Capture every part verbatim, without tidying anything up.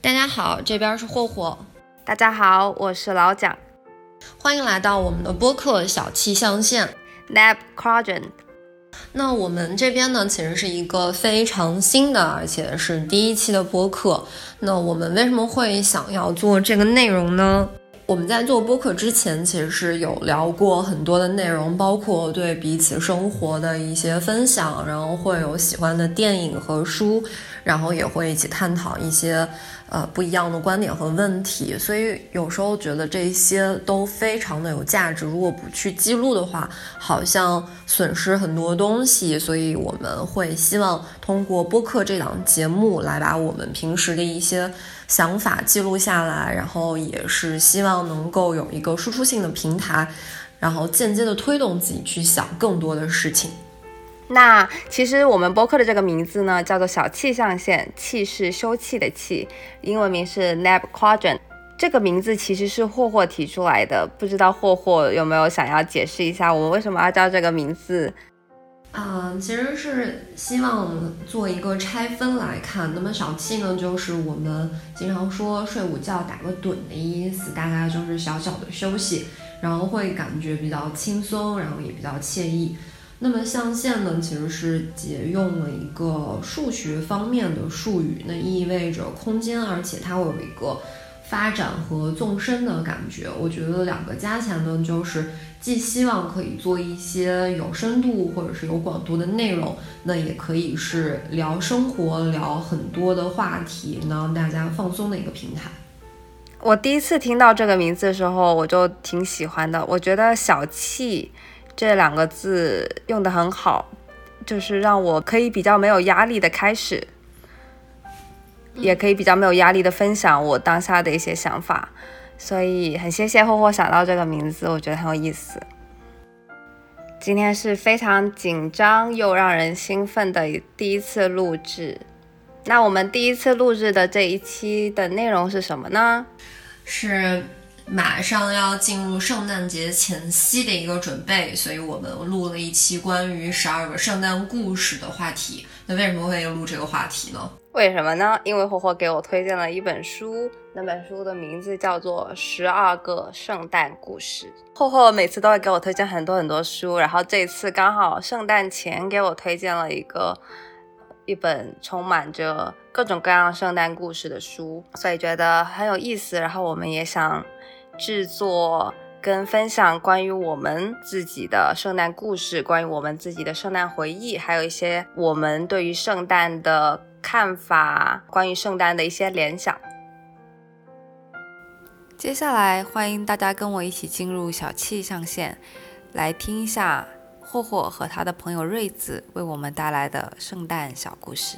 大家好，这边是霍霍。 大家好，我是老蒋。 欢迎来到我们的播客小气象线 Neb Quadrant。 那我们这边呢，其实是一个非常新的，而且是第一期的播客。那我们为什么会想要做这个内容呢？我们在做播客之前，其实是有聊过很多的内容，包括对彼此生活的一些分享，然后会有喜欢的电影和书，然后也会一起探讨一些呃不一样的观点和问题。所以有时候觉得这些都非常的有价值，如果不去记录的话，好像损失很多东西。所以我们会希望通过播客这档节目来把我们平时的一些想法记录下来，然后也是希望能够有一个输出性的平台，然后间接的推动自己去想更多的事情。 那其实我们播客的这个名字呢，叫做小气象线，气是休憩的气，英文名是 Neb Quadrant。这个名字其实是霍霍提出来的，不知道霍霍有没有想要解释一下我们为什么要叫这个名字？ 嗯，其实是希望做一个拆分来看。那么小气呢，就是我们经常说睡午觉打个盹的意思，大概就是小小的休息，然后会感觉比较轻松，然后也比较惬意。那么象限呢，其实是借用了一个数学方面的术语，那意味着空间，而且它会有一个发展和纵深的感觉。我觉得两个加起来呢，就是既希望可以做一些有深度或者是有广度的内容，那也可以是聊生活，聊很多的话题，能让大家放松的一个平台。 我第一次听到这个名字的时候，我就挺喜欢的。我觉得小气这两个字用得很好，就是让我可以比较没有压力的开始，也可以比较没有压力的分享我当下的一些想法。所以很谢谢霍霍想到这个名字，我觉得很有意思。今天是非常紧张又让人兴奋的第一次录制。那我们第一次录制的这一期的内容是什么呢？ 是马上要进入圣诞节前夕的一个准备，所以我们录了一期关于十二个圣诞故事的话题。那为什么会录这个话题呢？ 为什么呢？因为霍霍给我推荐了一本书，那本书的名字叫做《十二个圣诞故事》。霍霍每次都会给我推荐很多很多书，然后这一次刚好圣诞前给我推荐了一个一本充满着各种各样圣诞故事的书，所以觉得很有意思。然后我们也想制作跟分享关于我们自己的圣诞故事，关于我们自己的圣诞回忆，还有一些我们对于圣诞的看法，关于圣诞的一些联想。接下来欢迎大家跟我一起进入小气象线，来听一下霍霍和他的朋友瑞子为我们带来的圣诞小故事。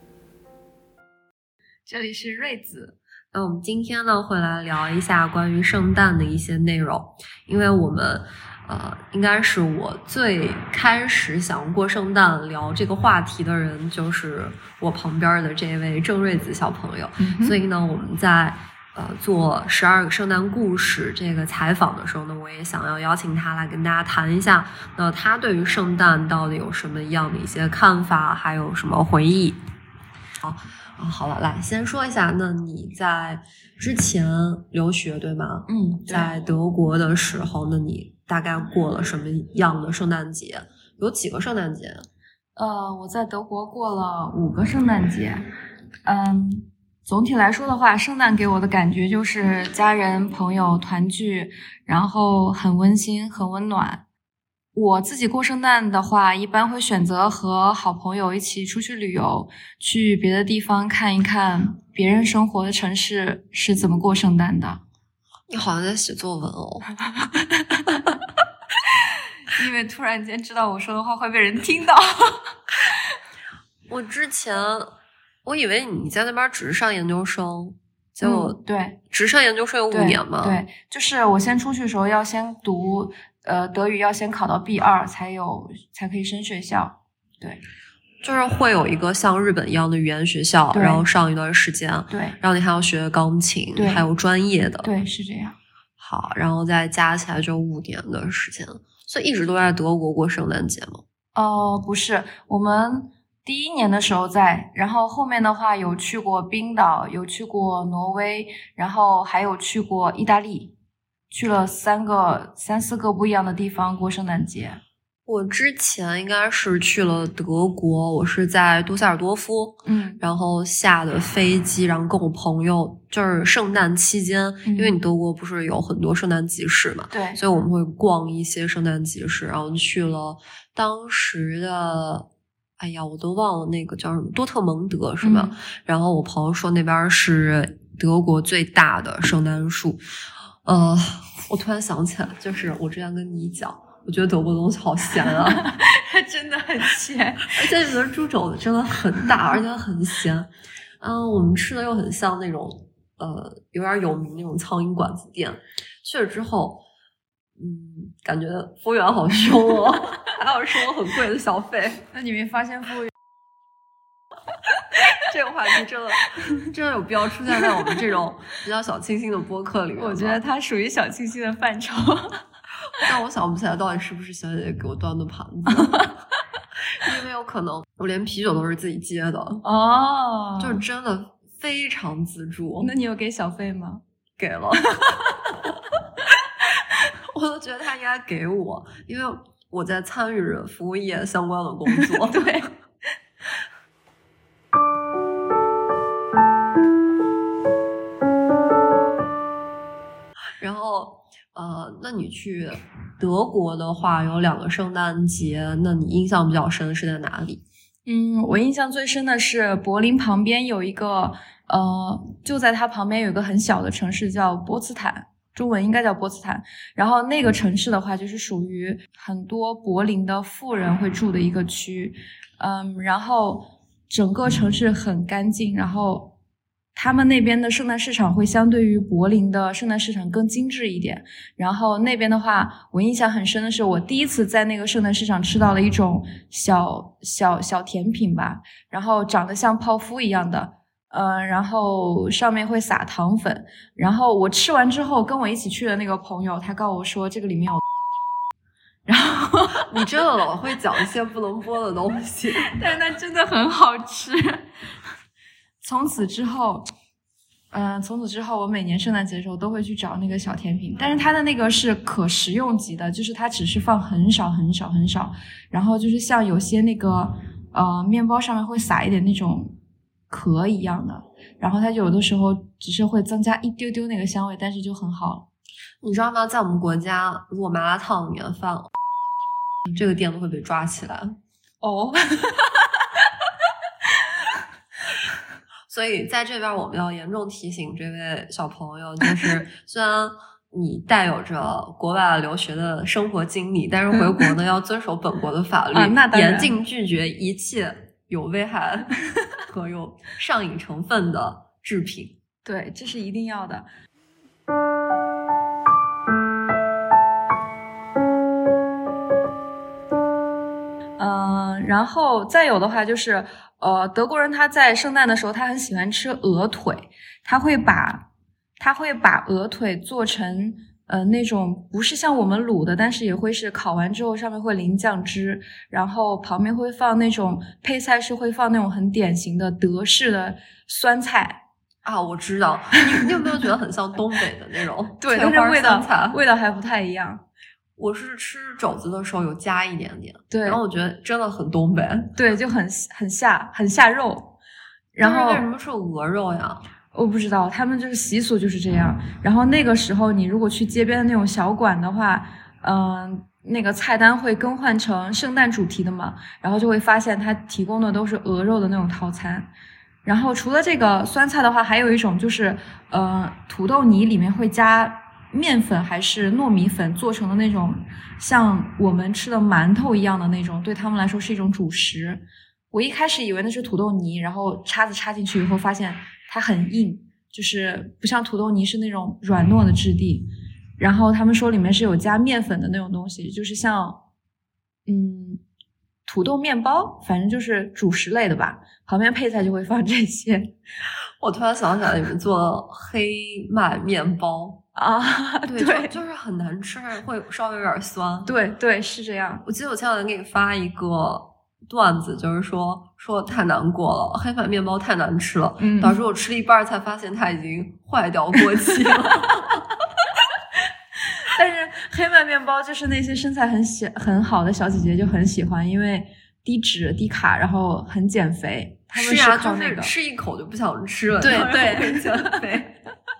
这里是瑞子。那我们今天呢，会来聊一下关于圣诞的一些内容。因为我们呃，应该是我最开始想过圣诞聊这个话题的人，就是我旁边的这位郑瑞子小朋友、嗯、所以呢，我们在呃做十二个圣诞故事这个采访的时候呢，我也想要邀请他来跟大家谈一下，那他对于圣诞到底有什么样的一些看法，还有什么回忆。好啊，好了，来先说一下，那你在之前留学对吗？ 嗯， 在德国的时候，那你大概过了什么样的圣诞节？有几个圣诞节？ 呃，我在德国过了五个圣诞节。嗯，总体来说的话，圣诞给我的感觉就是家人朋友团聚，然后很温馨，很温暖。我自己过圣诞的话，一般会选择和好朋友一起出去旅游，去别的地方看一看别人生活的城市是怎么过圣诞的。 你好像在写作文哦。 因为突然间知道我说的话会被人听到。 我之前我以为你在那边只是上研究生，结果、 嗯、对， 只上研究生有五年吗？ 对，对，就是我先出去的时候要先读呃德语，要先考到 B 二 才有才可以升学校。对， 就是会有一个像日本一样的语言学校，然后上一段时间， 对， 然后你还要学钢琴，还有专业的， 对，是这样。 好，然后再加起来就五年的时间，所以一直都在德国过圣诞节吗？ 呃，不是，我们第一年的时候在，然后后面的话有去过冰岛，有去过挪威，然后还有去过意大利，去了三个三四个不一样的地方过圣诞节。 我之前应该是去了德国，我是在杜塞尔多夫， 嗯， 然后下的飞机，然后跟我朋友就是圣诞期间， 嗯、 因为你德国不是有很多圣诞集市嘛， 对， 所以我们会逛一些圣诞集市，然后去了当时的，哎呀，我都忘了那个叫什么多特蒙德是吧？ 嗯、 然后我朋友说那边是德国最大的圣诞树，呃，我突然想起来，就是我之前跟你讲。我觉得德国东西好咸啊， 它真的很咸， 而且里面猪肘子真的很大，而且很咸。嗯，我们吃的又很像那种呃有点有名那种苍蝇馆子店。去了之后，嗯，感觉服务员好凶哦，还要收我很贵的小费。 那你没发现服务员？ 这个话题真的真的有必要出现在我们这种比较小清新的播客里面？ 我觉得它属于小清新的范畴。 但我想不起来到底是不是小姐姐给我端的盘子，因为有可能我连啤酒都是自己接的哦， 就是真的非常自助。 那你有给小费吗？ 给了，我都觉得他应该给我，因为我在参与着服务业相关的工作。 对。 然后。呃，那你去德国的话，有两个圣诞节，那你印象比较深是在哪里？ 嗯，我印象最深的是柏林旁边有一个，呃，就在它旁边有一个很小的城市叫波茨坦，中文应该叫波茨坦。然后那个城市的话，就是属于很多柏林的富人会住的一个区，嗯，然后整个城市很干净，然后。他们那边的圣诞市场会相对于柏林的圣诞市场更精致一点，然后那边的话，我印象很深的是，我第一次在那个圣诞市场吃到了一种小小小甜品吧，然后长得像泡芙一样的，呃，然后上面会撒糖粉，然后我吃完之后，跟我一起去的那个朋友，他告诉我说这个里面有，然后你真的老会讲一些不能播的东西， 但是它真的很好吃。从此之后，嗯、呃，从此之后，我每年圣诞节的时候都会去找那个小甜品，但是它的那个是可食用级的，就是它只是放很少很少很少，然后就是像有些那个呃面包上面会撒一点那种壳一样的，然后它就有的时候只是会增加一丢丢那个香味，但是就很好。 你知道吗？在我们国家，如果麻辣烫里面放这个店都会被抓起来哦。 所以在这边我们要严重提醒这位小朋友，就是虽然你带有着国外留学的生活经历，但是回国呢要遵守本国的法律， 啊、那当然严禁拒绝一切有危害和有上瘾成分的制品。 对，这是一定要的。嗯、呃，然后再有的话就是。呃，德国人他在圣诞的时候，他很喜欢吃鹅腿，他会把他会把鹅腿做成呃那种不是像我们卤的，但是也会是烤完之后上面会淋酱汁，然后旁边会放那种配菜是会放那种很典型的德式的酸菜啊，我知道，你你有没有觉得很像东北的那种对，但是味道味道还不太一样。 我是吃肘子的时候有加一点点， 对， 然后我觉得真的很东北， 对，就很很下很下肉。然后为什么是鹅肉呀？ 我不知道，他们就是习俗就是这样。然后那个时候你如果去街边的那种小馆的话，嗯、呃，那个菜单会更换成圣诞主题的嘛，然后就会发现它提供的都是鹅肉的那种套餐。然后除了这个酸菜的话，还有一种就是呃土豆泥里面会加面粉还是糯米粉做成的那种像我们吃的馒头一样的那种，对他们来说是一种主食。我一开始以为那是土豆泥，然后叉子插进去以后发现它很硬，就是不像土豆泥是那种软糯的质地。然后他们说里面是有加面粉的那种东西，就是像嗯土豆面包，反正就是主食类的吧，旁边配菜就会放这些。 我突然想起来你们做黑麦面包啊， 对，对就，就是很难吃，会稍微有点酸。 对对，是这样。 我记得我前两天给你发一个段子，就是说说太难过了，黑板面包太难吃了， 嗯， 导致我吃了一半才发现它已经坏掉过期了。 但是黑麦面包就是那些身材很喜很好的小姐姐就很喜欢，因为低脂低卡，然后很减肥。他们是啊， 靠那个、 就是吃一口就不想吃了， 对对， 很减肥。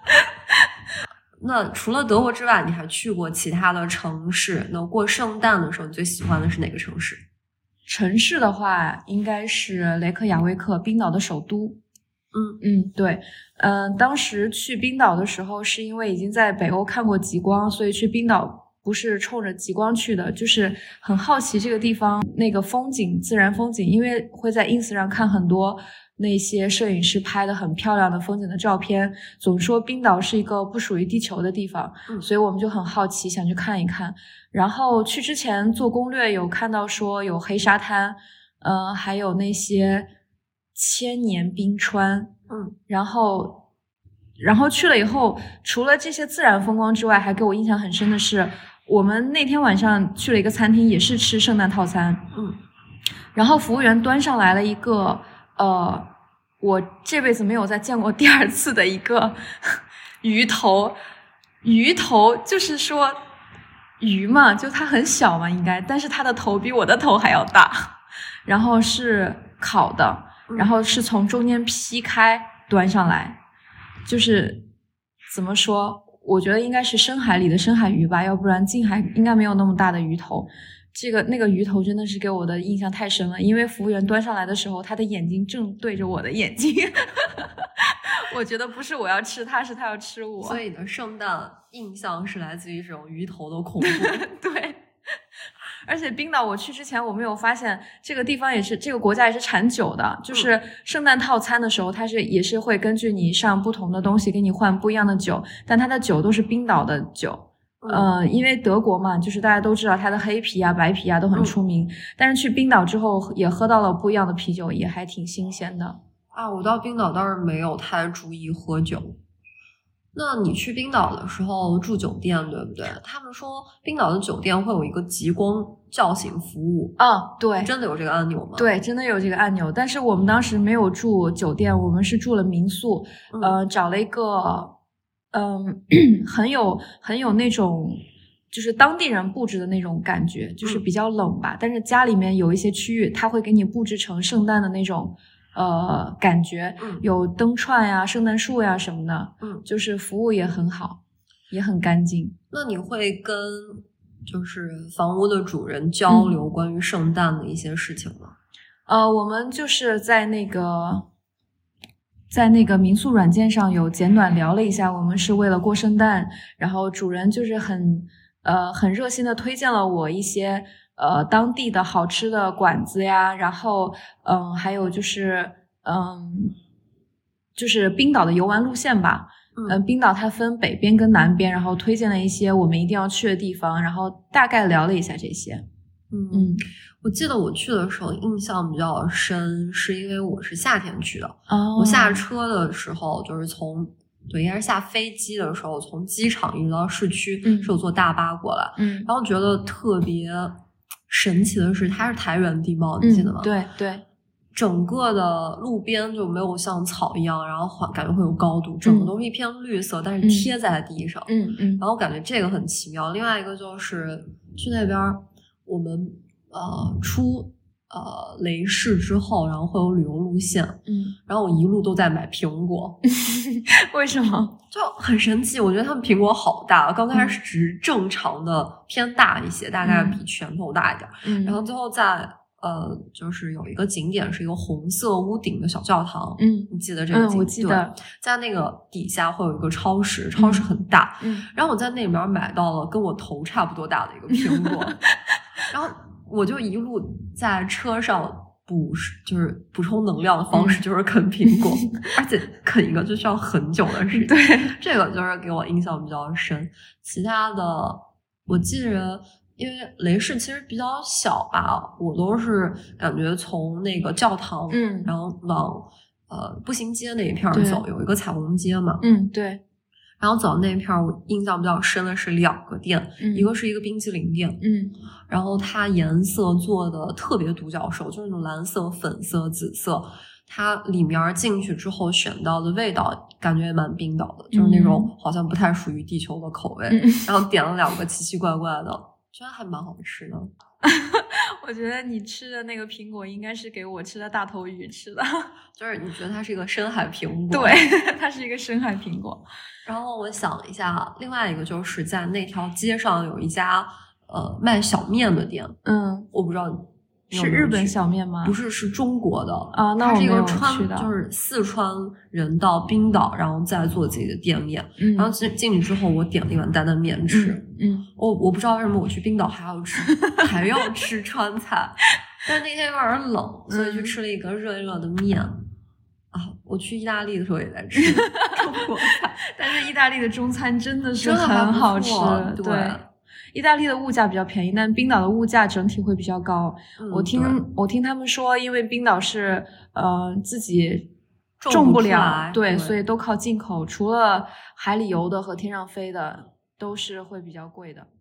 那除了德国之外，你还去过其他的城市？那过圣诞的时候，你最喜欢的是哪个城市？ 城市的话，应该是雷克雅未克，冰岛的首都。 嗯嗯，对，嗯、呃，当时去冰岛的时候，是因为已经在北欧看过极光，所以去冰岛不是冲着极光去的，就是很好奇这个地方那个风景，自然风景，因为会在 ins 上看很多那些摄影师拍的很漂亮的风景的照片，总说冰岛是一个不属于地球的地方， 嗯， 所以我们就很好奇，想去看一看。然后去之前做攻略，有看到说有黑沙滩，呃，还有那些千年冰川， 嗯， 然后，然后去了以后，除了这些自然风光之外，还给我印象很深的是，我们那天晚上去了一个餐厅，也是吃圣诞套餐， 嗯， 然后服务员端上来了一个，呃，我这辈子没有再见过第二次的一个鱼头，鱼头就是说鱼嘛，就它很小嘛，应该，但是它的头比我的头还要大，然后是烤的。然后是从中间劈开端上来，就是怎么说，我觉得应该是深海里的深海鱼吧，要不然近海应该没有那么大的鱼头。这个那个鱼头真的是给我的印象太深了，因为服务员端上来的时候，他的眼睛正对着我的眼睛。我觉得不是我要吃他，是他要吃我。 所以你的圣诞印象是来自于这种鱼头的恐怖。 对。而且冰岛我去之前我没有发现这个地方也是这个国家也是产酒的，就是圣诞套餐的时候它是也是会根据你上不同的东西给你换不一样的酒，但它的酒都是冰岛的酒。 嗯、 呃，因为德国嘛，就是大家都知道它的黑啤啊白啤啊都很出名、嗯、但是去冰岛之后也喝到了不一样的啤酒，也还挺新鲜的。 啊，我到冰岛倒是没有太注意喝酒。那你去冰岛的时候住酒店对不对？他们说冰岛的酒店会有一个极光叫醒服务。 啊，对， 真的有这个按钮吗？ 对，真的有这个按钮，但是我们当时没有住酒店，我们是住了民宿， 嗯、 呃，找了一个嗯很有很有那种就是当地人布置的那种感觉，就是比较冷吧、嗯、但是家里面有一些区域它会给你布置成圣诞的那种呃，感觉、 嗯、 有灯串呀、圣诞树呀什么的， 嗯， 就是服务也很好，也很干净。 那你会跟就是房屋的主人交流关于圣诞的一些事情吗？ 嗯、呃，我们就是在那个在那个民宿软件上有简短聊了一下，我们是为了过圣诞，然后主人就是很呃很热心的推荐了我一些呃，当地的好吃的馆子呀，然后，嗯，还有就是，嗯，就是冰岛的游玩路线吧。嗯、呃，冰岛它分北边跟南边，然后推荐了一些我们一定要去的地方，然后大概聊了一下这些。 嗯嗯， 我记得我去的时候印象比较深，是因为我是夏天去的。 哦， 我下车的时候就是从对，应该是下飞机的时候，从机场一直到市区， 嗯、 是有坐大巴过来。 嗯， 然后觉得特别神奇的是，它是台原地貌，你记得吗？ 嗯、对对， 整个的路边就没有像草一样，然后感觉会有高度，整个都是一片绿色，嗯、但是贴在地上。 嗯嗯。 然后感觉这个很奇妙。另外一个就是去那边，我们呃出呃雷市之后，然后会有旅游路线。 嗯。 然后我一路都在买苹果。 为什么？ 就很神奇，我觉得他们苹果好大，刚开始只是正常的偏大一些，嗯、大概比拳头大一点。 嗯， 然后最后在呃，就是有一个景点是一个红色屋顶的小教堂。 嗯， 你记得这个景点？ 嗯，我记得。 在那个底下会有一个超市，超市很大。 嗯， 然后我在那边买到了跟我头差不多大的一个苹果，然后我就一路在车上。补就是补充能量的方式就是啃苹果，嗯、而且啃一个就需要很久的时间。 对， 这个就是给我印象比较深。其他的，我记得，因为雷市其实比较小吧，我都是感觉从那个教堂， 嗯， 然后往呃步行街那一片走，有一个彩虹街嘛， 嗯，对。 然后走到那片儿，我印象比较深的是两个店， 嗯、 一个是一个冰淇淋店， 嗯， 然后它颜色做的特别独角兽，就是那种蓝色、粉色、紫色。它里面进去之后选到的味道感觉也蛮冰岛的，就是那种好像不太属于地球的口味。嗯、然后点了两个奇奇怪怪的，觉得还蛮好吃的。 我觉得你吃的那个苹果应该是给我吃的大头鱼吃的， 就是你觉得它是一个深海苹果？ 对，它是一个深海苹果。 然后我想了一下，另外一个就是在那条街上有一家呃卖小面的店， 嗯， 我不知道你有没有是日本小面吗？ 不是，是中国的啊。那我没有去的。 它是一个川，就是四川人到冰岛，然后再做自己的店面。 嗯， 然后进进去之后，我点了一碗担担面吃。 嗯，嗯我我不知道为什么我去冰岛还要吃还要吃川菜，但是那天有点冷，所以去吃了一个热热的面。嗯、啊，我去意大利的时候也在吃中国菜， 但是意大利的中餐真的是很好吃。 对。 对，意大利的物价比较便宜，但冰岛的物价整体会比较高。 嗯、 我听我听他们说，因为冰岛是呃自己种种不了， 对， 对， 所以都靠进口。除了海里游的和天上飞的，都是会比较贵的。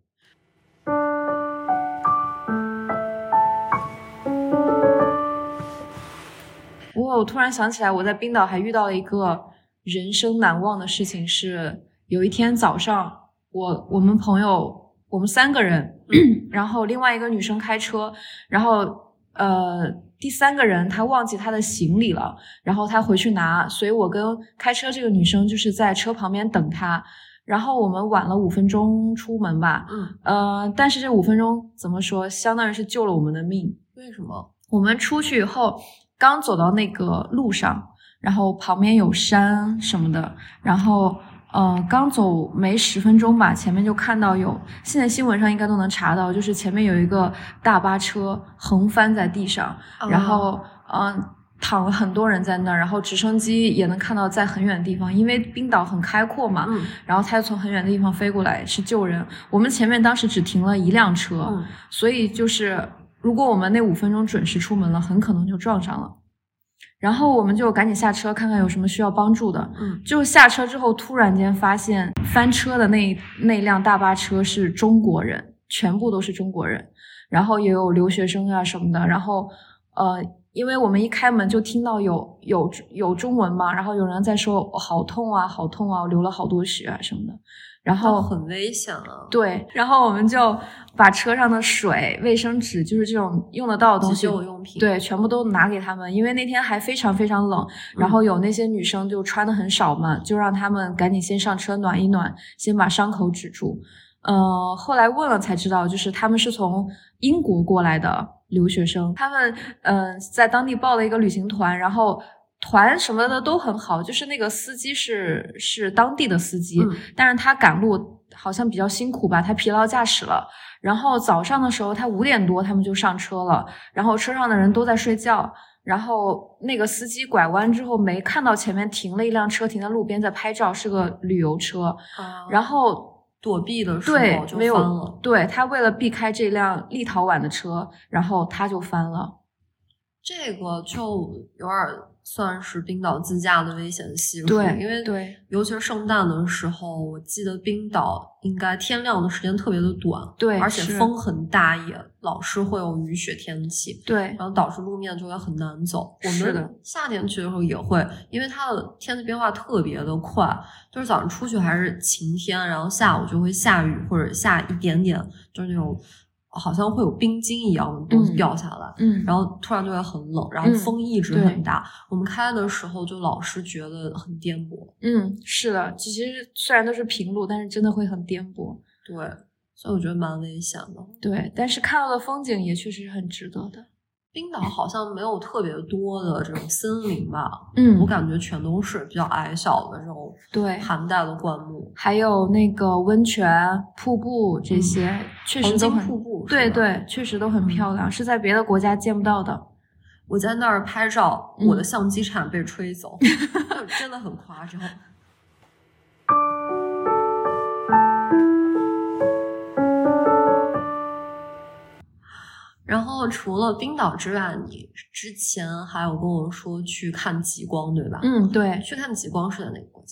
不过我突然想起来，我在冰岛还遇到了一个人生难忘的事情，是有一天早上，我我们朋友我们三个人，然后另外一个女生开车，然后呃第三个人她忘记她的行李了，然后她回去拿，所以我跟开车这个女生就是在车旁边等她，然后我们晚了五分钟出门吧， 嗯呃但是这五分钟怎么说，相当于是救了我们的命。 为什么？ 我们出去以后刚走到那个路上，然后旁边有山什么的，然后呃，刚走没十分钟吧，前面就看到有，现在新闻上应该都能查到，就是前面有一个大巴车横翻在地上，哦、然后嗯、呃，躺了很多人在那儿，然后直升机也能看到在很远的地方，因为冰岛很开阔嘛， 嗯、 然后它就从很远的地方飞过来是救人。我们前面当时只停了一辆车， 嗯、 所以就是如果我们那五分钟准时出门了，很可能就撞上了。然后我们就赶紧下车看看有什么需要帮助的。 嗯， 就下车之后，突然间发现翻车的那那辆大巴车是中国人，全部都是中国人，然后也有留学生啊什么的。然后呃，因为我们一开门就听到有有有中文嘛，然后有人在说好痛啊，好痛啊，我流了好多血啊什么的。然后很危险啊。 对，然后我们就把车上的水、卫生纸，就是这种用得到的东西， 急救用品， 对，全部都拿给他们。因为那天还非常非常冷，然后有那些女生就穿得很少嘛，就让他们赶紧先上车暖一暖，先把伤口止住。呃，后来问了才知道，就是他们是从英国过来的留学生，他们嗯、呃、在当地报了一个旅行团，然后团什么的都很好，就是那个司机是是当地的司机、嗯、但是他赶路好像比较辛苦吧，他疲劳驾驶了，然后早上的时候他五点多他们就上车了，然后车上的人都在睡觉，然后那个司机拐弯之后没看到前面停了一辆车停在路边在拍照，是个旅游车、 啊、 然后躲避的时候就翻了， 对，没有，对，他为了避开这辆立陶宛的车，然后他就翻了。 这个就有点算是冰岛自驾的危险系数， 对， 因为对， 尤其是圣诞的时候，我记得冰岛应该天亮的时间特别的短， 对， 而且风很大，也老是会有雨雪天气， 对， 然后导致路面就会很难走。我们夏天去的时候也会，因为它的天气变化特别的快，就是早上出去还是晴天，然后下午就会下雨或者下一点点，就是那种好像会有冰晶一样的东西掉下来， 嗯， 然后突然就会很冷，然后风一直很大、 嗯、 我们开的时候就老是觉得很颠簸。 嗯，是的，其实虽然都是平路，但是真的会很颠簸。 对，所以我觉得蛮危险的。 对，但是看到的风景也确实是很值得的。 冰岛好像没有特别多的这种森林吧， 嗯， 我感觉全都是比较矮小的这种对寒带的灌木， 还有那个温泉、瀑布这些，嗯、确实都很瀑布， 对对，确实都很漂亮、嗯，是在别的国家见不到的。 我在那儿拍照， 嗯、 我的相机差点被吹走，真的很夸张。然后除了冰岛之外，你之前还有跟我说去看极光，对吧？ 嗯，对。 去看极光是在哪个国家？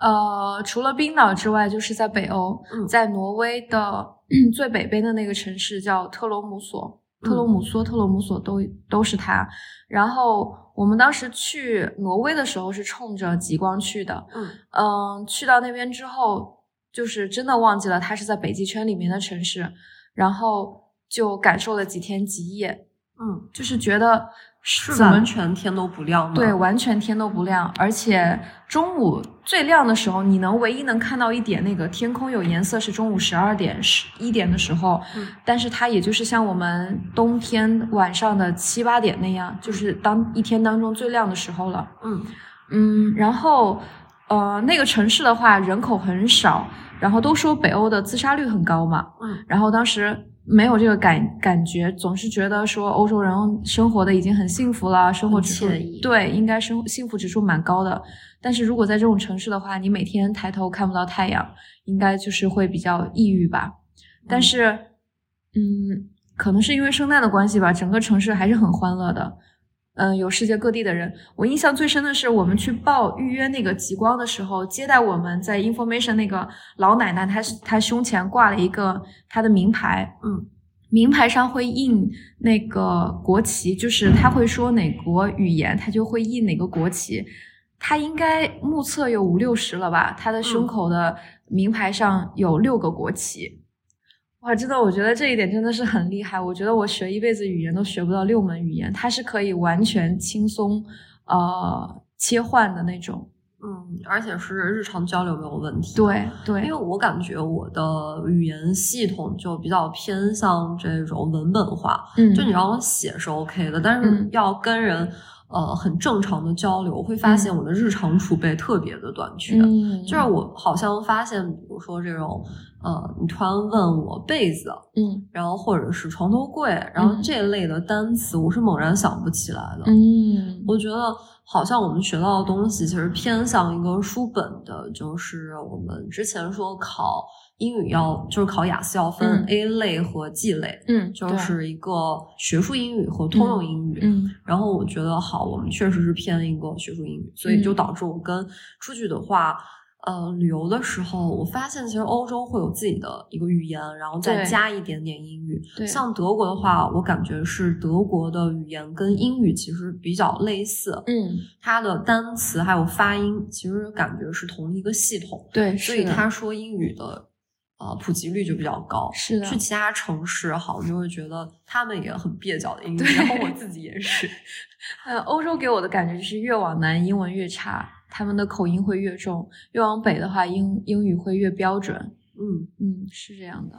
呃，除了冰岛之外，就是在北欧， 嗯、 在挪威的最北边的那个城市叫特罗姆索，特罗姆索、嗯、特罗姆索都都是它。然后我们当时去挪威的时候是冲着极光去的， 嗯嗯、呃，去到那边之后，就是真的忘记了它是在北极圈里面的城市，然后就感受了几天极夜， 嗯， 就是觉得。 是完全天都不亮吗？ 对，完全天都不亮，而且中午最亮的时候，你能唯一能看到一点那个天空有颜色是中午十二点、十一点的时候， 嗯， 但是它也就是像我们冬天晚上的七八点那样，就是当一天当中最亮的时候了。 嗯嗯，然后呃，那个城市的话人口很少，然后都说北欧的自杀率很高嘛， 嗯， 然后当时。没有这个感感觉，总是觉得说欧洲人生活的已经很幸福了，生活指数对应该生幸福指数蛮高的。但是如果在这种城市的话，你每天抬头看不到太阳，应该就是会比较抑郁吧。但是，嗯，可能是因为圣诞的关系吧，整个城市还是很欢乐的。嗯，有世界各地的人。我印象最深的是我们去报预约那个极光的时候，接待我们在 information 那个老奶奶，她她胸前挂了一个她的名牌， 嗯， 名牌上会印那个国旗，就是她会说哪国语言，她就会印哪个国旗。她应该目测有五六十了吧，她的胸口的名牌上有六个国旗。哇，真的，我觉得这一点真的是很厉害。我觉得我学一辈子语言都学不到六门语言，它是可以完全轻松呃切换的那种。 嗯，而且是日常交流没有问题。 对对， 因为我感觉我的语言系统就比较偏向这种文本化， 嗯， 就你让我写是 OK 的，但是要跟人、嗯、呃很正常的交流，我会发现我的日常储备特别的短缺。 嗯， 就是我好像发现，比如说这种。呃，你突然问我被子， 嗯， 然后或者是床头柜，然后这类的单词，我是猛然想不起来的。 嗯， 我觉得好像我们学到的东西其实偏向一个书本的，就是我们之前说考英语要就是考雅思要分 A 类和 G 类， 嗯， 就是一个学术英语和通用英语。 嗯， 然后我觉得好，我们确实是偏一个学术英语，所以就导致我跟出去的话。呃，旅游的时候，我发现其实欧洲会有自己的一个语言，然后再加一点点英语。 对， 像德国的话，我感觉是德国的语言跟英语其实比较类似。 嗯， 它的单词还有发音其实感觉是同一个系统。 对， 所以他说英语的呃普及率就比较高。 是的， 去其他城市好像就会觉得他们也很蹩脚的英语，然后我自己也是。 呃，欧洲给我的感觉就是越往南英文越差。他们的口音会越重，越往北的话英英语会越标准。 嗯嗯，是这样的。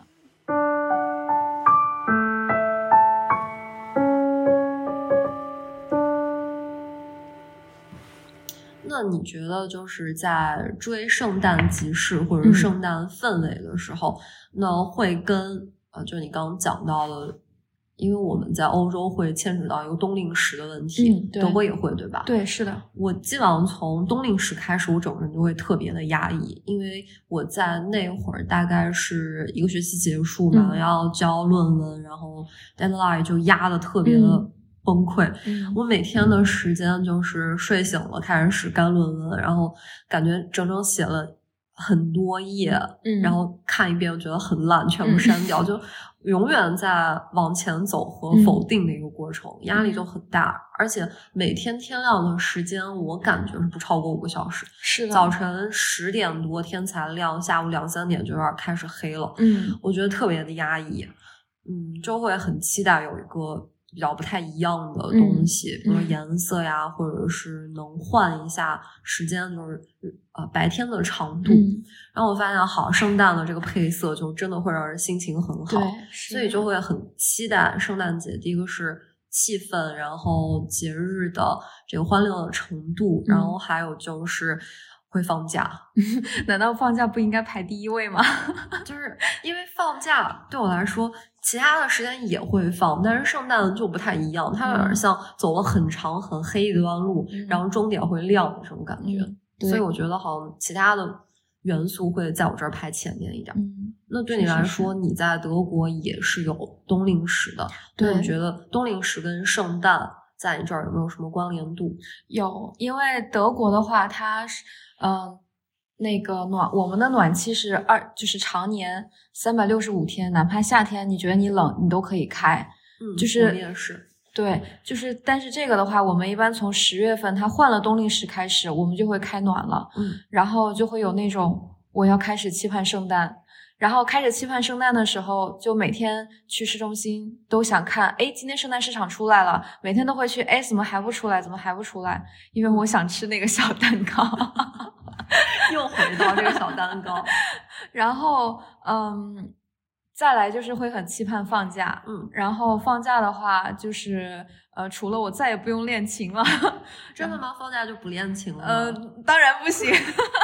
那你觉得就是在追圣诞集市或者圣诞氛围的时候，嗯、那会跟呃，就你刚刚讲到的。因为我们在欧洲会牵扯到一个冬令时的问题， 嗯、 德国也会，对吧？ 对，是的。 我基本上从冬令时开始，我整个人就会特别的压抑，因为我在那会儿大概是一个学期结束嘛，嗯、要交论文，然后 deadline 就压得特别的崩溃。 嗯、 我每天的时间就是睡醒了开始干论文，然后感觉整整写了很多页， 嗯、 然后看一遍我觉得很烂，全部删掉，嗯、就永远在往前走和否定的一个过程，嗯、压力就很大，而且每天天亮的时间我感觉是不超过五个小时。 是的， 早晨十点多天才亮，下午两三点就有点开始黑了。 嗯， 我觉得特别的压抑，嗯，就会很期待有一个比较不太一样的东西， 嗯、 比如颜色呀，嗯、或者是能换一下时间，就是呃白天的长度。 嗯、 然后我发现，好，圣诞的这个配色就真的会让人心情很好，所以就会很期待圣诞节。第一个是气氛，然后节日的这个欢乐的程度， 嗯、 然后还有就是会放假。 难道放假不应该排第一位吗？ 就是因为放假对我来说。其他的时间也会放，但是圣诞就不太一样，它有点像走了很长很黑一段路，嗯、然后终点会亮的这种感觉， 嗯、 所以我觉得好像其他的元素会在我这儿排前面一点。 嗯、 那对你来说，是是是你在德国也是有冬令时的， 对， 你觉得冬令时跟圣诞在你这儿有没有什么关联度？ 有，因为德国的话，它是嗯。呃那个暖，我们的暖气是二，就是常年三百六十五天，哪怕夏天你觉得你冷，你都可以开。 嗯， 就是我们也是。 对，就是但是这个的话，我们一般从十月份它换了冬令时开始，我们就会开暖了。 嗯， 然后就会有那种我要开始期盼圣诞。然后开始期盼圣诞的时候，就每天去市中心都想看，诶，今天圣诞市场出来了，每天都会去，诶，怎么还不出来？怎么还不出来？因为我想吃那个小蛋糕。 又回到这个小蛋糕。 然后，嗯，再来就是会很期盼放假， 嗯， 然后放假的话就是，呃，除了我再也不用练琴了。 真的吗？放假就不练琴了吗？ 呃，当然不行。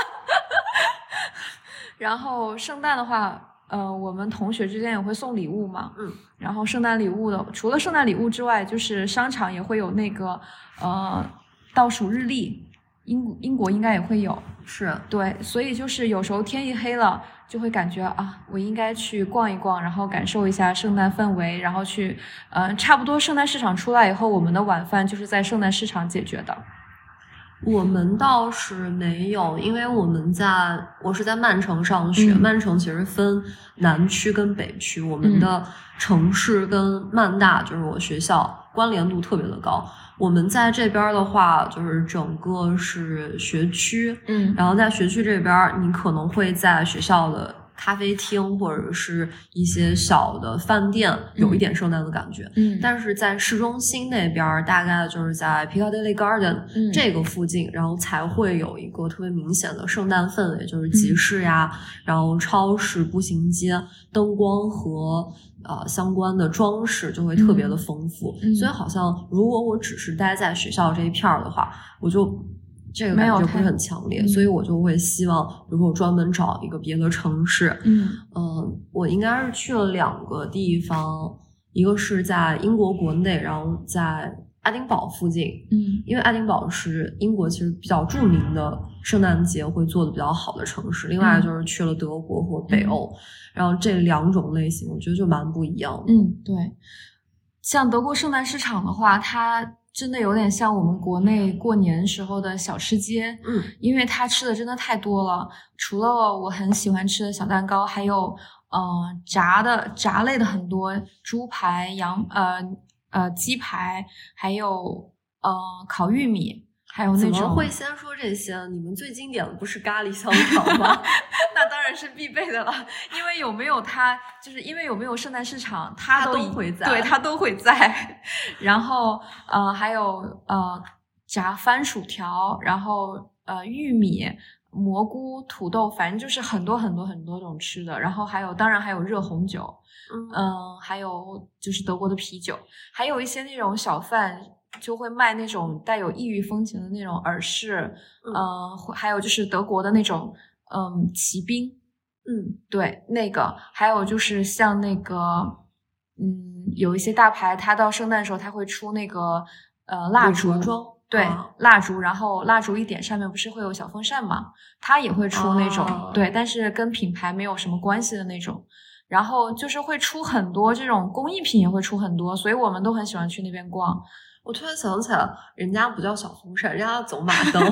然后圣诞的话，呃，我们同学之间也会送礼物嘛， 嗯， 然后圣诞礼物的，除了圣诞礼物之外，就是商场也会有那个呃倒数日历，英英国应该也会有， 是， 对，所以就是有时候天一黑了，就会感觉啊，我应该去逛一逛，然后感受一下圣诞氛围，然后去，呃，差不多圣诞市场出来以后，我们的晚饭就是在圣诞市场解决的。 我们倒是没有，因为我们在我是在曼城上学， 嗯、 曼城其实分南区跟北区，我们的城市跟曼大、嗯、就是我学校关联度特别的高。我们在这边的话，就是整个是学区， 嗯， 然后在学区这边，你可能会在学校的咖啡厅或者是一些小的饭店有一点圣诞的感觉， 嗯， 但是在市中心那边大概就是在 Piccadilly Garden、嗯、这个附近，然后才会有一个特别明显的圣诞氛围，就是集市呀、嗯、然后超市、步行街、灯光和呃相关的装饰就会特别的丰富、嗯、所以好像如果我只是待在学校这一片的话，我就这个感觉不是很强烈，所以我就会希望比如说我专门找一个别的城市。 嗯呃我应该是去了两个地方，一个是在英国国内，然后在爱丁堡附近。 嗯因为爱丁堡是英国其实比较著名的圣诞节会做的比较好的城市，另外就是去了德国和北欧、嗯、然后这两种类型我觉得就蛮不一样的。 嗯，对，像德国圣诞市场的话，它真的有点像我们国内过年时候的小吃街， 嗯， 因为它吃的真的太多了，除了我很喜欢吃的小蛋糕，还有呃炸的炸类的很多，猪排、羊呃呃鸡排，还有呃烤玉米，还有那种。 怎么会先说这些？你们最经典的不是咖喱香肠吗？ 那当然是必备的了，因为有没有它，就是因为有没有圣诞市场，它都, 它都会在， 对，它都会在。然后呃，还有呃炸番薯条，然后呃玉米、蘑菇、土豆，反正就是很多很多很多种吃的。然后还有，当然还有热红酒，嗯、呃，还有就是德国的啤酒，还有一些那种小贩就会卖那种带有异域风情的那种耳饰，嗯、呃，还有就是德国的那种。嗯，骑兵， 嗯， 对，那个，还有就是像那个，嗯，有一些大牌，它到圣诞的时候，它会出那个呃蜡烛，对、啊，蜡烛，然后蜡烛一点，上面不是会有小风扇嘛，它也会出那种、啊，对，但是跟品牌没有什么关系的那种，然后就是会出很多这种工艺品，也会出很多，所以我们都很喜欢去那边逛。 我突然想起来，人家不叫小风扇，人家走马灯。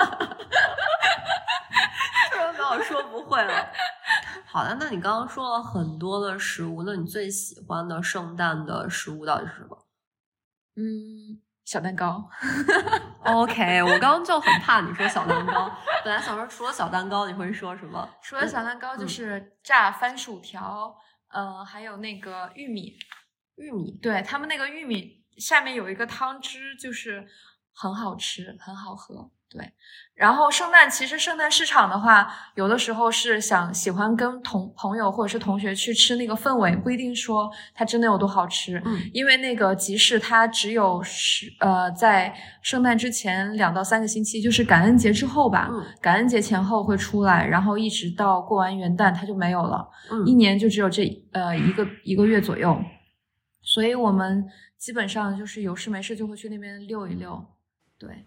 我说不会了。好的，那你刚刚说了很多的食物，那你最喜欢的圣诞的食物到底是什么？ 嗯，小蛋糕。 OK， 我刚刚就很怕你说小蛋糕，本来想说除了小蛋糕你会说什么？ 除了小蛋糕就是炸番薯条，嗯、呃，还有那个玉米。 玉米， 对，他们那个玉米下面有一个汤汁，就是很好吃，很好喝。对，然后圣诞其实圣诞市场的话，有的时候是想喜欢跟同朋友或者是同学去吃那个氛围，不一定说它真的有多好吃。 嗯， 因为那个集市它只有是呃在圣诞之前两到三个星期，就是感恩节之后吧， 嗯， 感恩节前后会出来，然后一直到过完元旦它就没有了。 嗯， 一年就只有这呃一个一个月左右，所以我们基本上就是有事没事就会去那边溜一溜。对。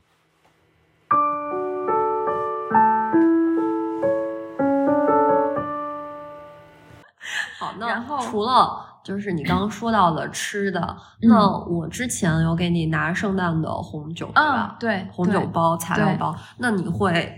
好，那然后除了就是你刚刚说到的吃的，嗯、那我之前有给你拿圣诞的红酒，对吧？ 嗯、对， 红酒包、材料包。那你会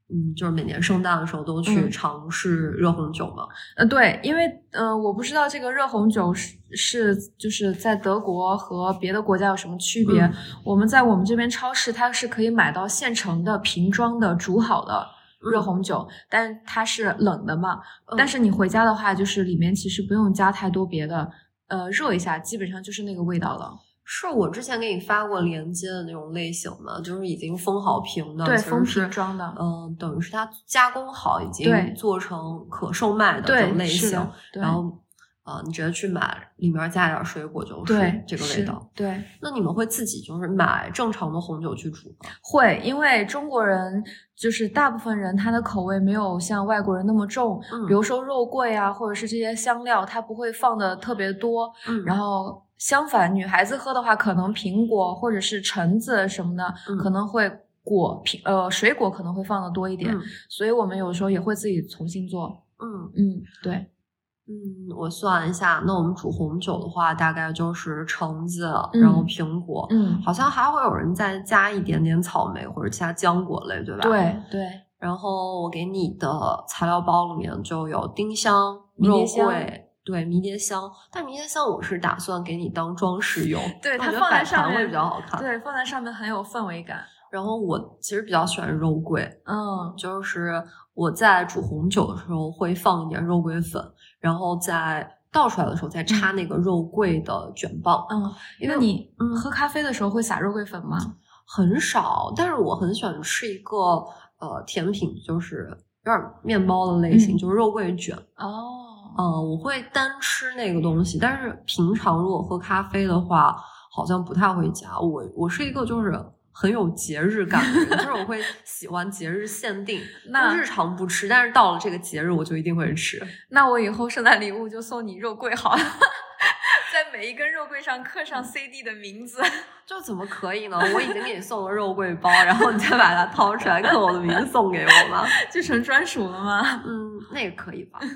嗯，就是每年圣诞的时候都去尝试热红酒吗？ 嗯、呃，对，因为呃，我不知道这个热红酒是是就是在德国和别的国家有什么区别。嗯、我们在我们这边超市，它是可以买到现成的瓶装的煮好的热红酒，嗯、但它是冷的嘛。嗯、但是你回家的话，就是里面其实不用加太多别的，呃，热一下，基本上就是那个味道了。 是我之前给你发过链接的那种类型嘛，就是已经封好瓶的， 对，封瓶装的， 嗯、呃，等于是它加工好，已经做成可售卖的这种类型，然后呃，你直接去买，里面加点水果就是这个味道。 对， 那你们会自己就是买正常的红酒去煮吗？ 会，因为中国人就是大部分人他的口味没有像外国人那么重，嗯、比如说肉桂啊，或者是这些香料，它不会放的特别多，嗯、然后。相反，女孩子喝的话，可能苹果或者是橙子什么的，嗯、可能会果苹呃水果可能会放的多一点，嗯、所以我们有时候也会自己重新做。 嗯嗯，对， 嗯，我算一下，那我们煮红酒的话，大概就是橙子，嗯、然后苹果， 嗯， 好像还会有人再加一点点草莓或者其他浆果类，对吧？ 对对。 然后我给你的材料包里面就有丁香、肉桂。对，迷迭香，但迷迭香我是打算给你当装饰用， 对，它放在上面会比较好看， 对，放在上面很有氛围感。 然后我其实比较喜欢肉桂， 嗯， 就是我在煮红酒的时候会放一点肉桂粉，然后在倒出来的时候再插那个肉桂的卷棒。 嗯，因为你嗯喝咖啡的时候会撒肉桂粉吗？ 很少，但是我很喜欢吃一个呃甜品，就是有点面包的类型，嗯、就是肉桂卷。 哦。 嗯，我会单吃那个东西，但是平常如果喝咖啡的话，好像不太会加。我我是一个就是很有节日感的人，就是我会喜欢节日限定，那日常不吃，但是到了这个节日我就一定会吃。 那我以后圣诞礼物就送你肉桂好了，在每一根肉桂上刻上 C D 的名字。 就怎么可以呢？我已经给你送了肉桂包，然后你再把它掏出来刻我的名字送给我吗？ 就成专属了吗？ 嗯，那个可以吧。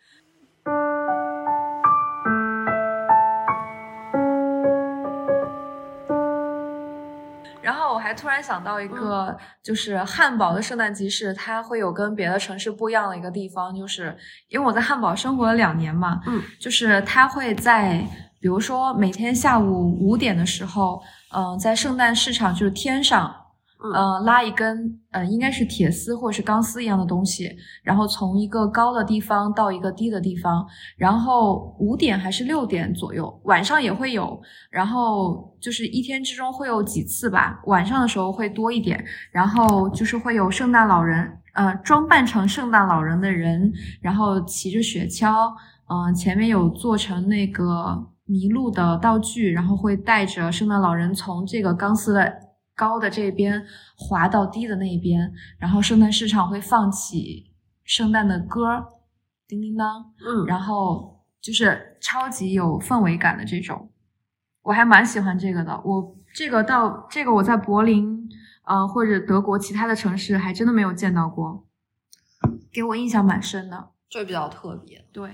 然后我还突然想到一个，嗯、就是汉堡的圣诞集市，它会有跟别的城市不一样的一个地方，就是因为我在汉堡生活了两年嘛， 嗯， 就是它会在比如说每天下午五点的时候，嗯、呃，在圣诞市场就是天上。呃，拉一根呃，应该是铁丝或者是钢丝一样的东西，然后从一个高的地方到一个低的地方，然后五点还是六点左右，晚上也会有，然后就是一天之中会有几次吧，晚上的时候会多一点，然后就是会有圣诞老人，呃，装扮成圣诞老人的人，然后骑着雪橇，嗯、呃，前面有做成那个麋鹿的道具，然后会带着圣诞老人从这个钢丝的高的这边滑到低的那一边，然后圣诞市场会放起圣诞的歌，叮叮当， 嗯， 然后就是超级有氛围感的这种，我还蛮喜欢这个的。我这个到这个我在柏林呃或者德国其他的城市还真的没有见到过，给我印象蛮深的， 就比较特别。 对。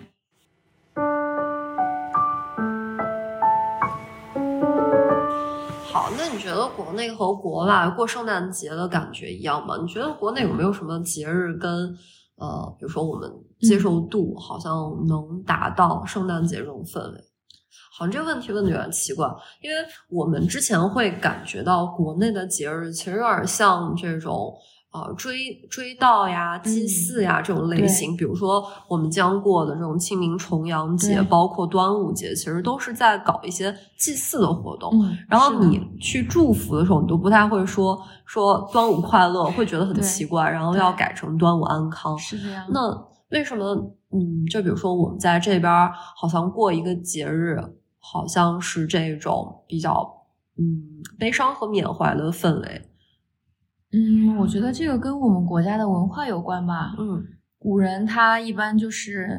好，那你觉得国内和国外过圣诞节的感觉一样吗？你觉得国内有没有什么节日跟呃，比如说我们接受度好像能达到圣诞节这种氛围？好像这个问题问的有点奇怪，因为我们之前会感觉到国内的节日其实有点像这种呃，追追悼呀、祭祀呀、嗯、这种类型，比如说我们将过的这种清明、重阳节，包括端午节，其实都是在搞一些祭祀的活动。 嗯， 然后你去祝福的时候，你都不太会说说端午快乐，会觉得很奇怪，然后要改成端午安康。 是这样。 那为什么？嗯，就比如说我们在这边好像过一个节日，好像是这种比较嗯悲伤和缅怀的氛围。 嗯，我觉得这个跟我们国家的文化有关吧。 嗯， 古人他一般就是，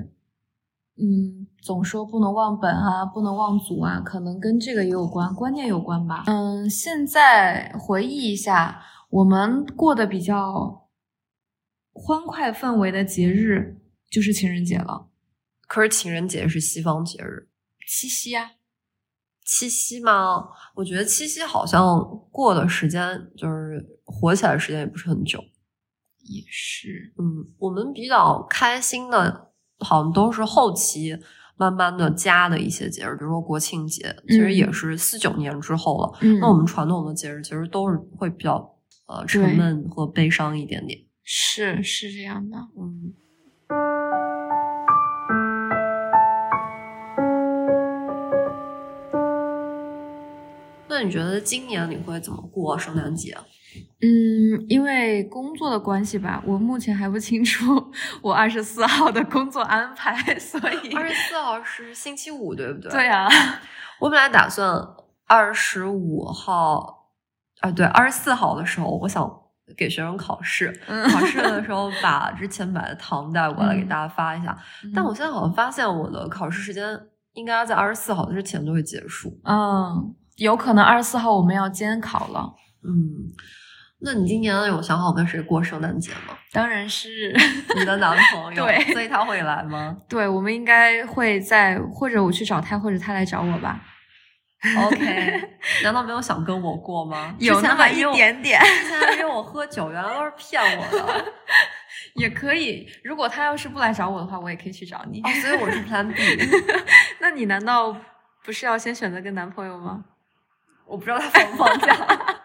嗯，总说不能忘本啊，不能忘祖啊，可能跟这个也有关，观念有关吧。嗯，现在回忆一下，我们过得比较欢快氛围的节日就是情人节了。 可是情人节是西方节日， 七夕啊。 七夕吗？我觉得七夕好像过的时间就是火起来的时间也不是很久， 也是， 嗯，我们比较开心的，好像都是后期慢慢的加的一些节日，比如说国庆节，其实也是四九年之后了。 嗯， 那我们传统的节日其实都是会比较呃沉闷和悲伤一点点。 是是这样的， 嗯。那你觉得今年你会怎么过圣诞节？ 嗯，因为工作的关系吧，我目前还不清楚我二十四号的工作安排，所以二十四号是星期五，对不对？ 对啊， 我本来打算二十五号，啊，对，二十四号的时候，我想给学生考试， 嗯、 考试的时候把之前买的糖带过来给大家发一下。 嗯、 但我现在好像发现我的考试时间应该在二十四号之前就会结束。 嗯，有可能二十四号我们要监考了。 嗯。那你今年有想好跟谁过圣诞节吗？ 当然是你的男朋友， 对， 所以他会来吗？ 对，我们应该会在，或者我去找他，或者他来找我吧。 OK， 难道没有想跟我过吗？ 有那么一点点。 之前还约我喝酒，原来都是骗我的。 也可以，如果他要是不来找我的话，我也可以去找你。 哦，所以我是 Plan B。 那你难道不是要先选择跟男朋友吗？ 我不知道他放不放假。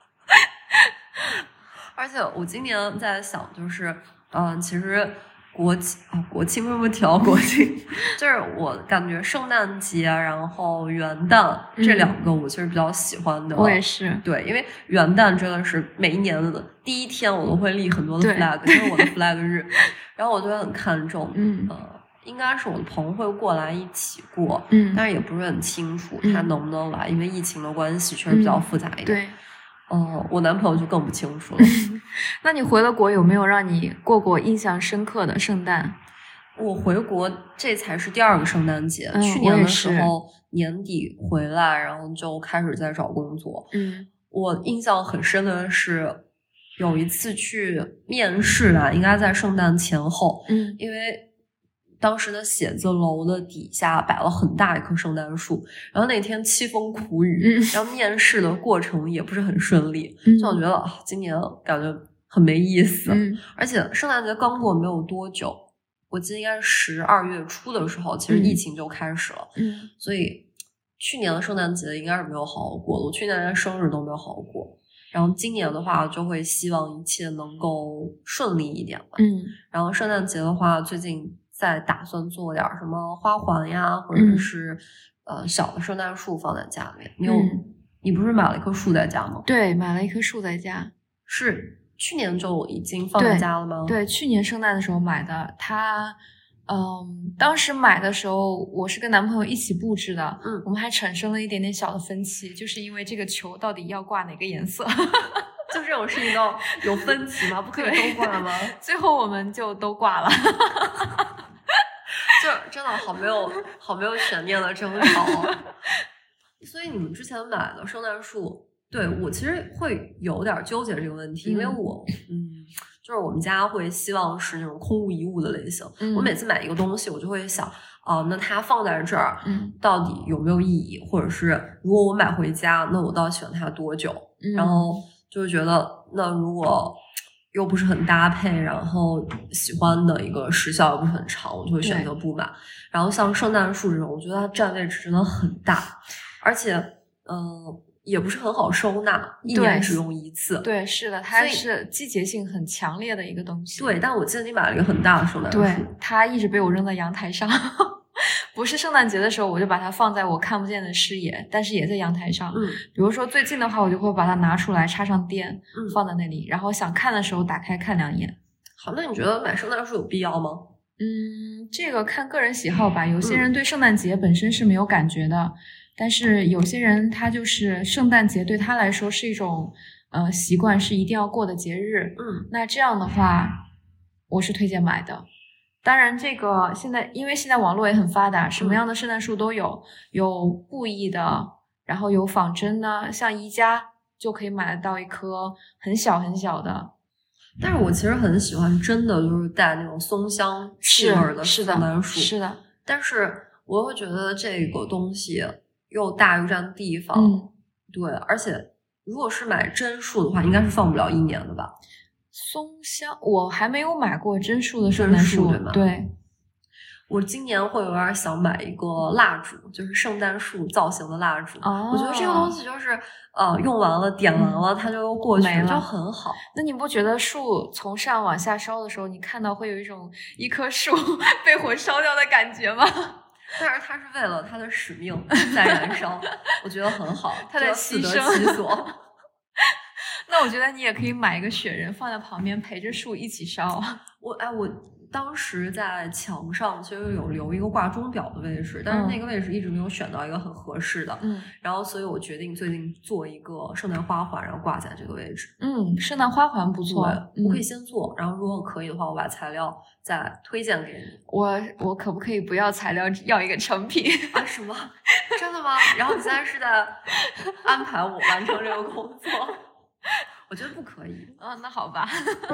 而且我今年在想，就是嗯、呃，其实国庆啊，国庆为什么提到国庆？就是我感觉圣诞节，然后元旦、嗯、这两个我其实比较喜欢的。 我也是。 对，因为元旦真的是每一年的第一天，我都会立很多的 flag，这是我的 flag 日，然后我就会很看重。 嗯呃，应该是我的朋友会过来一起过， 嗯， 但是也不是很清楚他能不能来，嗯、因为疫情的关系，确实比较复杂一点。 嗯、对。 哦，我男朋友就更不清楚了。 那你回了国有没有让你过过印象深刻的圣诞？ 我回国这才是第二个圣诞节， 嗯、 去年的时候年底回来，然后就开始在找工作。 嗯， 我印象很深的是有一次去面试啦，应该在圣诞前后。 嗯， 因为当时的写字楼的底下摆了很大一棵圣诞树，然后那天凄风苦雨， 嗯、 然后面试的过程也不是很顺利， 嗯、 就我觉得啊，今年感觉很没意思。 嗯、 而且圣诞节刚过没有多久，我记得应该是十二月初的时候，其实疫情就开始了。 嗯， 所以去年的圣诞节应该是没有好好过的，我去年连生日都没有好好过。然后今年的话，就会希望一切能够顺利一点吧。 嗯， 然后圣诞节的话，最近在打算做点什么花环呀，或者是、嗯、呃小的圣诞树放在家里面。你有、嗯、你不是买了一棵树在家吗？ 对，买了一棵树在家。 是去年就已经放在家了吗？ 对，对，去年圣诞的时候买的。它，嗯，当时买的时候我是跟男朋友一起布置的， 嗯， 我们还产生了一点点小的分歧，就是因为这个球到底要挂哪个颜色。 就这种事情都有分歧吗？不可以都挂吗？ 最后我们就都挂了。 就真的好没有好没有悬念的争吵。所以你们之前买的圣诞树，对，我其实会有点纠结这个问题， 嗯、 因为我嗯，就是我们家会希望是那种空无一物的类型。 嗯、 我每次买一个东西，我就会想，哦、呃，那它放在这儿， 嗯， 到底有没有意义？或者是如果我买回家，那我到底喜欢它多久？ 嗯、 然后就会觉得，那如果又不是很搭配，然后喜欢的一个时效又不是很长，我就会选择不买。然后像圣诞树这种，我觉得它占位置真的很大，而且嗯、呃，也不是很好收纳，一年只用一次。 对，是的，它是季节性很强烈的一个东西。 对，但我记得你买了一个很大的圣诞树， 对，它一直被我扔在阳台上。不是圣诞节的时候，我就把它放在我看不见的视野，但是也在阳台上。 嗯， 比如说最近的话，我就会把它拿出来插上电， 嗯， 放在那里，然后想看的时候打开看两眼。 好，那你觉得买圣诞树有必要吗？ 嗯，这个看个人喜好吧。有些人对圣诞节本身是没有感觉的，嗯，但是有些人他就是圣诞节对他来说是一种呃习惯，是一定要过的节日。 嗯， 那这样的话，我是推荐买的。当然这个现在因为现在网络也很发达，什么样的圣诞树都有，有布艺的，然后有仿真的，像宜家就可以买得到一棵很小很小的。 但是我其实很喜欢真的就是带那种松香气味的圣诞树， 是的， 但是我会觉得这个东西又大又占地方， 嗯， 对，而且如果是买真树的话，应该是放不了一年的吧。 松香我还没有买过真树的圣诞树， 对吗？ 对。 我今年会有点想买一个蜡烛，就是圣诞树造型的蜡烛。 哦， 我觉得这个东西就是呃，用完了点完了，嗯、它就过去了，就很好。 那你不觉得树从上往下烧的时候，你看到会有一种一棵树被火烧掉的感觉吗？ 但是它是为了它的使命在燃烧，我觉得很好， 它的牺牲其所。 那我觉得你也可以买一个雪人放在旁边陪着树一起烧。 我哎我。当时在墙上其实有留一个挂钟表的位置，但是那个位置一直没有选到一个很合适的， 嗯， 然后所以我决定最近做一个圣诞花环，然后挂在这个位置。 嗯，圣诞花环不错， 对，我可以先做，然后如果可以的话，我把材料再推荐给你。 我我可不可以不要材料，要一个成品啊？什么？真的吗？然后你现在是在安排我完成这个工作？我觉得不可以。 啊，那好吧。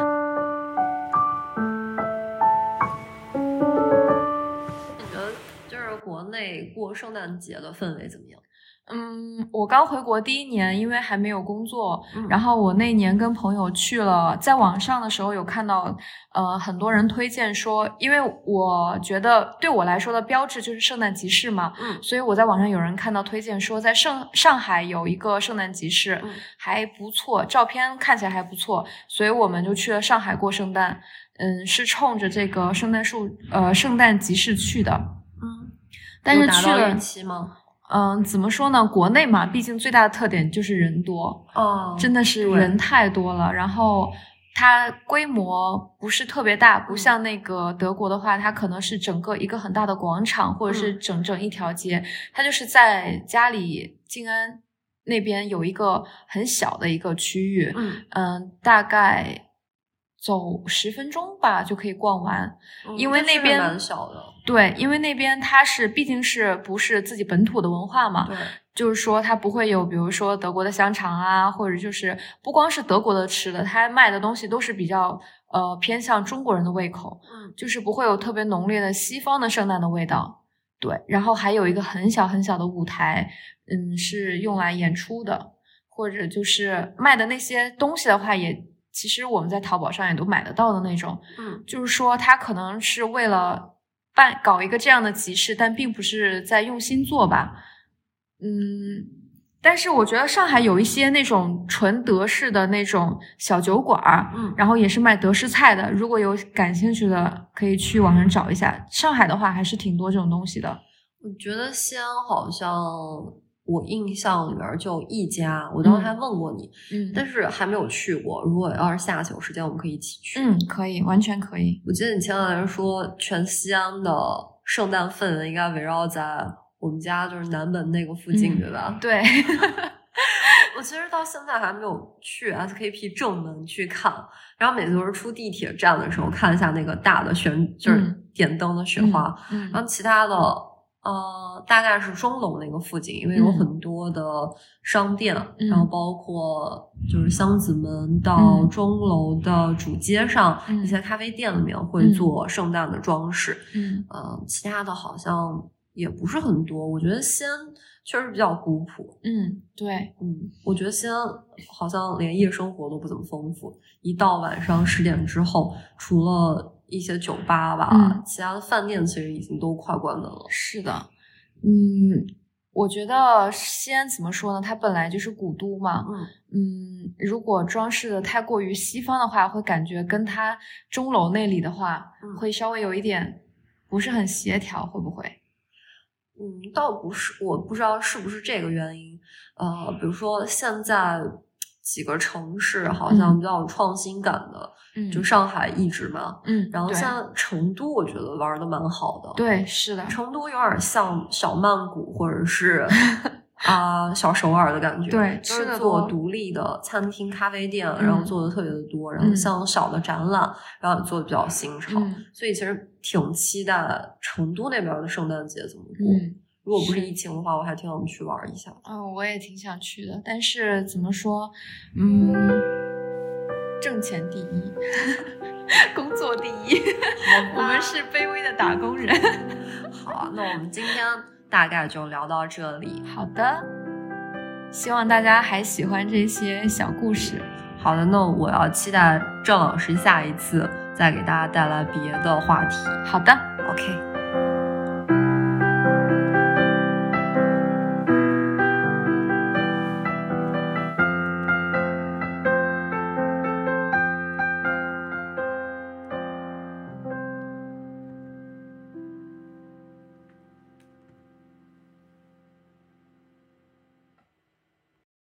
国内过圣诞节的氛围怎么样？ 嗯，我刚回国第一年，因为还没有工作， 嗯、 然后我那年跟朋友去了，在网上的时候有看到，呃，很多人推荐说，因为我觉得对我来说的标志就是圣诞集市嘛， 嗯， 所以我在网上有人看到推荐说，在上上海有一个圣诞集市， 嗯， 还不错，照片看起来还不错，所以我们就去了上海过圣诞，嗯，是冲着这个圣诞树，呃，圣诞集市去的， 嗯。 但是去了预期吗？ 嗯，怎么说呢？国内嘛，毕竟最大的特点就是人多， 哦， 真的是人太多了。然后它规模不是特别大，不像那个德国的话，它可能是整个一个很大的广场，或者是整整一条街。嗯、它就是在家里静安那边有一个很小的一个区域， 嗯嗯，大概走十分钟吧就可以逛完， 嗯、 因为那边蛮小的。 对，因为那边它是毕竟是不是自己本土的文化嘛， 对， 就是说它不会有比如说德国的香肠啊，或者就是不光是德国的吃的，它卖的东西都是比较呃偏向中国人的胃口， 嗯， 就是不会有特别浓烈的西方的圣诞的味道。对，然后还有一个很小很小的舞台，嗯，是用来演出的，或者就是卖的那些东西的话也其实我们在淘宝上也都买得到的那种， 嗯， 就是说它可能是为了办搞一个这样的集市，但并不是在用心做吧，嗯，但是我觉得上海有一些那种纯德式的那种小酒馆， 嗯， 然后也是卖德式菜的，如果有感兴趣的可以去网上找一下。上海的话还是挺多这种东西的。 我觉得西安好像我印象里面就一家，我当时还问过你， 嗯， 但是还没有去过。如果要是下次有时间，我们可以一起去。 嗯，可以，完全可以。 我记得你前两天说，全西安的圣诞氛围应该围绕在我们家就是南门那个附近， 嗯、 对吧？ 对。 我其实到现在还没有去 S K P 正门去看，然后每次都是出地铁站的时候看一下那个大的悬，就是点灯的雪花， 嗯嗯、 然后其他的。呃，大概是钟楼那个附近，因为有很多的商店， 嗯、 然后包括就是箱子门到钟楼的主街上、 嗯、 一些咖啡店里面会做圣诞的装饰， 嗯， 呃，其他的好像也不是很多。我觉得西安确实比较古朴， 嗯，对， 嗯，我觉得西安好像连夜生活都不怎么丰富，一到晚上十点之后，除了一些酒吧吧、 嗯， 其他的饭店其实已经都快关门了。 是的，嗯，我觉得西安怎么说呢？它本来就是古都嘛， 嗯嗯，如果装饰的太过于西方的话，会感觉跟它钟楼那里的话， 嗯、 会稍微有一点不是很协调，会不会？ 嗯，倒不是，我不知道是不是这个原因。呃，比如说现在几个城市好像比较有创新感的， 嗯， 就上海一直嘛， 嗯， 然后像成都，我觉得玩的蛮好的。 对，是的， 成都有点像小曼谷或者是啊、呃、小首尔的感觉， 对， 吃的做独立的餐厅、咖啡店， 嗯、 然后做的特别的多，然后像小的展览，嗯、然后也做的比较新潮， 嗯， 所以其实挺期待成都那边的圣诞节怎么过。 嗯， 如果不是疫情的话，我还挺想去玩一下。 嗯，我也挺想去的，但是怎么说，嗯，挣钱第一，工作第一，我们是卑微的打工人。 好啊，那我们今天大概就聊到这里。 好的，希望大家还喜欢这些小故事。 好的，那我要期待郑老师下一次再给大家带来别的话题。 好的 ，OK。